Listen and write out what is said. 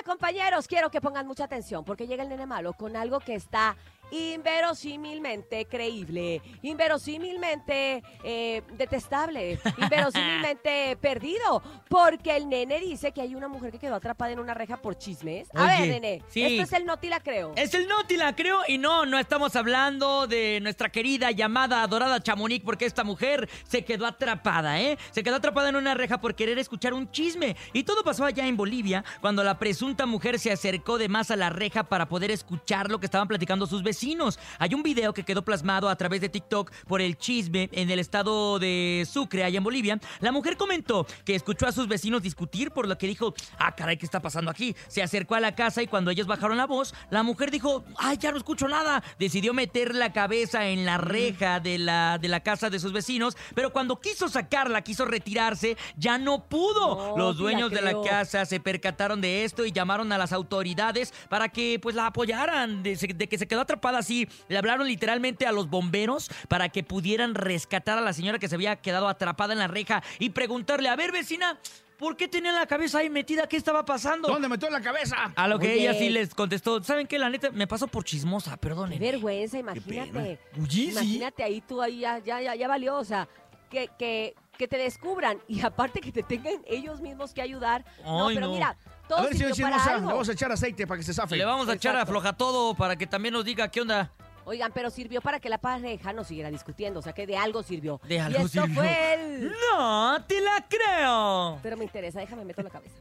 compañeros, quiero que pongan mucha atención porque llega el nene malo con algo que está inverosímilmente creíble, inverosímilmente detestable, inverosímilmente perdido, porque el nene dice que hay una mujer que quedó atrapada en una reja por chismes. A ver, nene, sí. esto es el Noti La Creo. Es el Noti La Creo y no estamos hablando de nuestra querida, llamada, adorada Chamonix, porque esta mujer se quedó atrapada, ¿eh? Se quedó atrapada en una reja por querer escuchar un chisme. Y todo pasó allá en Bolivia, cuando la presunta mujer se acercó de más a la reja para poder escuchar lo que estaban platicando sus vecinos. Hay un video que quedó plasmado a través de TikTok por el chisme en el estado de Sucre, allá en Bolivia. La mujer comentó que escuchó a sus vecinos discutir, por lo que dijo, caray, ¿qué está pasando aquí? Se acercó a la casa y cuando ellos bajaron la voz, la mujer dijo, ¡ay, ya no escucho nada! Decidió meter la cabeza en la reja de la casa de sus vecinos, pero cuando quiso sacarla, quiso retirarse, ya no pudo. No, Los sí dueños la de la creo. casa se percataron de esto y llamaron a las autoridades para que pues la apoyaran de que se quedó atrapada así. Le hablaron literalmente a los bomberos para que pudieran rescatar a la señora que se había quedado atrapada en la reja y preguntarle, a ver, vecina, ¿por qué tenía la cabeza ahí metida? ¿Qué estaba pasando? ¿Dónde metió la cabeza? A lo que Oye. ella sí les contestó, ¿saben qué? La neta, me pasó por chismosa, Qué perdonen. vergüenza, imagínate. Oye, sí. Imagínate ahí tú, ahí ya valió, o sea, que te descubran y aparte que te tengan ellos mismos que ayudar. No, Ay, pero no. mira, A todo ver, señor sirvió para chismosa, le algo. vamos a echar aceite para que se zafe. Le vamos a echar a Exacto. floja todo para que también nos diga qué onda. Oigan, pero sirvió para que la pareja no siguiera discutiendo, o sea que de algo sirvió. De algo y esto sirvió. fue el... ¡No te la creo! Pero me interesa, déjame meto la cabeza.